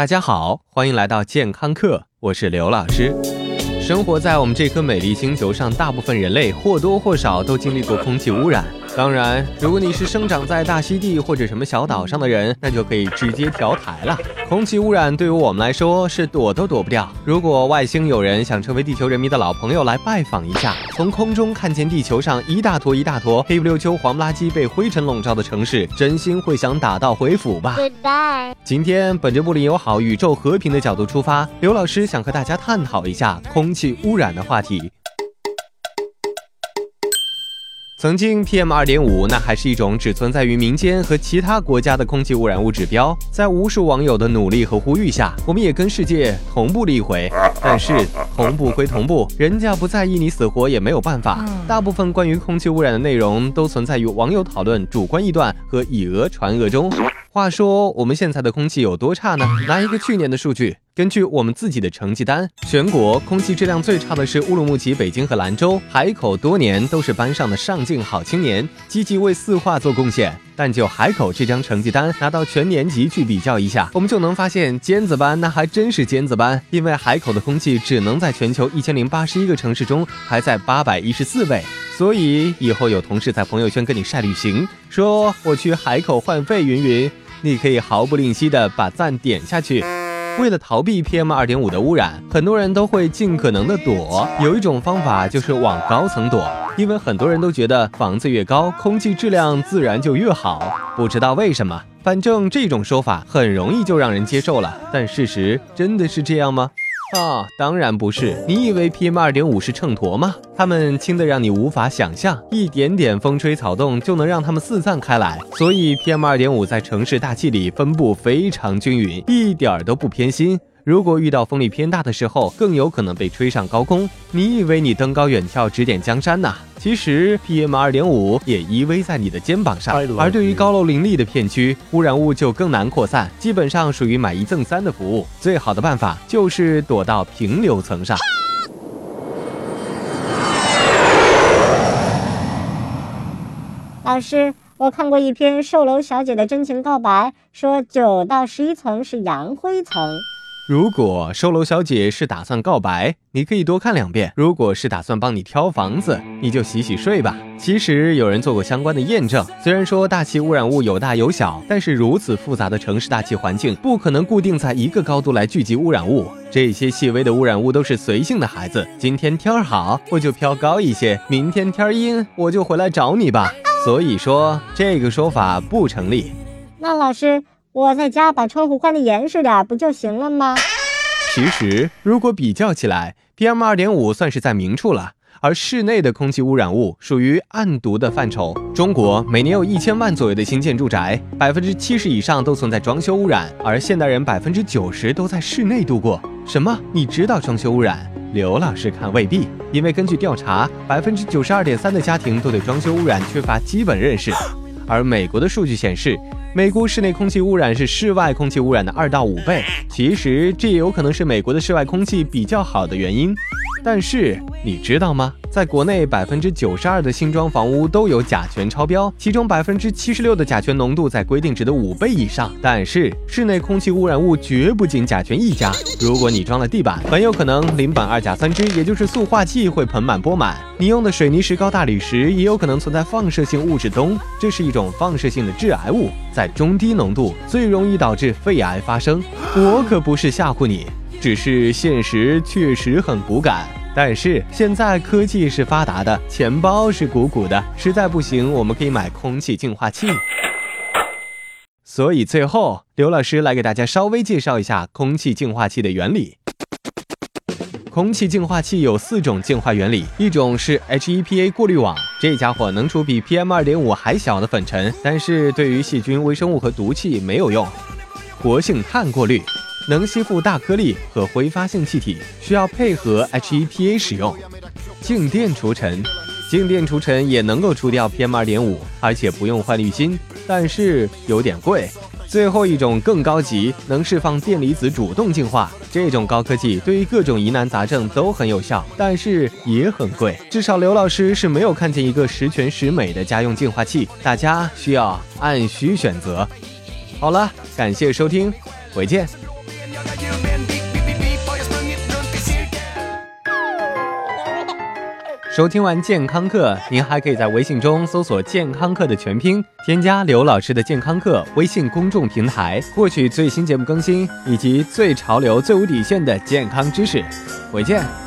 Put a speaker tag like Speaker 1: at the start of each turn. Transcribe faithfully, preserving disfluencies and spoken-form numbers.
Speaker 1: 大家好，欢迎来到健康课，我是刘老师。生活在我们这颗美丽星球上，大部分人类或多或少都经历过空气污染。当然，如果你是生长在大溪地或者什么小岛上的人，那就可以直接调台了。空气污染对于我们来说是躲都躲不掉。如果外星有人想成为地球人民的老朋友来拜访一下，从空中看见地球上一大坨一大坨黑不溜秋黄不拉几被灰尘笼罩的城市，真心会想打道回府吧。
Speaker 2: Goodbye。
Speaker 1: 今天本着不离友好宇宙和平的角度出发，刘老师想和大家探讨一下空气污染的话题。曾经 P M 二点五 那还是一种只存在于民间和其他国家的空气污染物指标，在无数网友的努力和呼吁下，我们也跟世界同步了一回。但是同步归同步，人家不在意你死活也没有办法。大部分关于空气污染的内容都存在于网友讨论、主观臆断和以讹传讹中。话说我们现在的空气有多差呢？拿一个去年的数据，根据我们自己的成绩单，全国空气质量最差的是乌鲁木齐、北京和兰州，海口多年都是班上的上进好青年，积极为四化做贡献。但就海口这张成绩单拿到全年级去比较一下，我们就能发现尖子班那还真是尖子班，因为海口的空气只能在全球一千零八十一个城市中排在八百一十四位。所以以后有同事在朋友圈跟你晒旅行，说我去海口换肺云云，你可以毫不吝惜的把赞点下去。为了逃避 P M 二点五 的污染，很多人都会尽可能的躲。有一种方法就是往高层躲，因为很多人都觉得房子越高，空气质量自然就越好。不知道为什么，反正这种说法很容易就让人接受了。但事实真的是这样吗？啊，当然不是。你以为 P M 二点五 是秤砣吗？它们轻得让你无法想象，一点点风吹草动就能让它们四散开来。所以 P M 二点五 在城市大气里分布非常均匀，一点都不偏心。如果遇到风力偏大的时候，更有可能被吹上高空。你以为你登高远眺指点江山呢？其实 P M 二点五 也依偎在你的肩膀上。而对于高楼林立的片区，污染物就更难扩散，基本上属于买一赠三的服务。最好的办法就是躲到平流层上。
Speaker 2: 老师，我看过一篇售楼小姐的真情告白，说九到十一层是阳灰层。
Speaker 1: 如果售楼小姐是打算告白，你可以多看两遍；如果是打算帮你挑房子，你就洗洗睡吧。其实有人做过相关的验证，虽然说大气污染物有大有小，但是如此复杂的城市大气环境，不可能固定在一个高度来聚集污染物。这些细微的污染物都是随性的孩子，今天天儿好，我就飘高一些；明天天儿阴，我就回来找你吧。所以说，这个说法不成立。
Speaker 2: 那老师，我在家把窗户关得严实点不就行了吗？
Speaker 1: 其实如果比较起来 P M 二点五 算是在明处了，而室内的空气污染物属于暗毒的范畴。中国每年有一千万左右的新建住宅， 百分之七十 以上都存在装修污染，而现代人 百分之九十 都在室内度过。什么？你知道装修污染？刘老师看未必，因为根据调查 百分之九十二点三 的家庭都对装修污染缺乏基本认识。而美国的数据显示，美国室内空气污染是室外空气污染的二到五倍。其实这也有可能是美国的室外空气比较好的原因。但是你知道吗？在国内 百分之九十二 的新装房屋都有甲醛超标，其中 百分之七十六 的甲醛浓度在规定值的五倍以上。但是室内空气污染物绝不仅甲醛一家，如果你装了地板，很有可能邻苯二甲三酯，也就是塑化剂会盆满钵满。你用的水泥石膏大理石也有可能存在放射性物质氡，这是一种放射性的致癌物，在中低浓度最容易导致肺癌发生。我可不是吓唬你，只是现实确实很骨感。但是现在科技是发达的，钱包是鼓鼓的，实在不行我们可以买空气净化器。所以最后刘老师来给大家稍微介绍一下空气净化器的原理。空气净化器有四种净化原理，一种是 H E P A 过滤网，这家伙能处比 P M 二点五 还小的粉尘，但是对于细菌、微生物和毒气没有用。活性炭过滤，能吸附大颗粒和挥发性气体，需要配合 H E P A 使用。静电除尘，静电除尘也能够除掉 P M 二点五， 而且不用换滤芯，但是有点贵。最后一种更高级，能释放电离子主动净化，这种高科技对于各种疑难杂症都很有效，但是也很贵。至少刘老师是没有看见一个十全十美的家用净化器，大家需要按需选择。好了，感谢收听，回见。 收听完健康课，您还可以在微信中搜索健康课的全拼，添加刘老师的健康课微信公众平台，获取最新节目更新以及最潮流最无底线的健康知识。回见。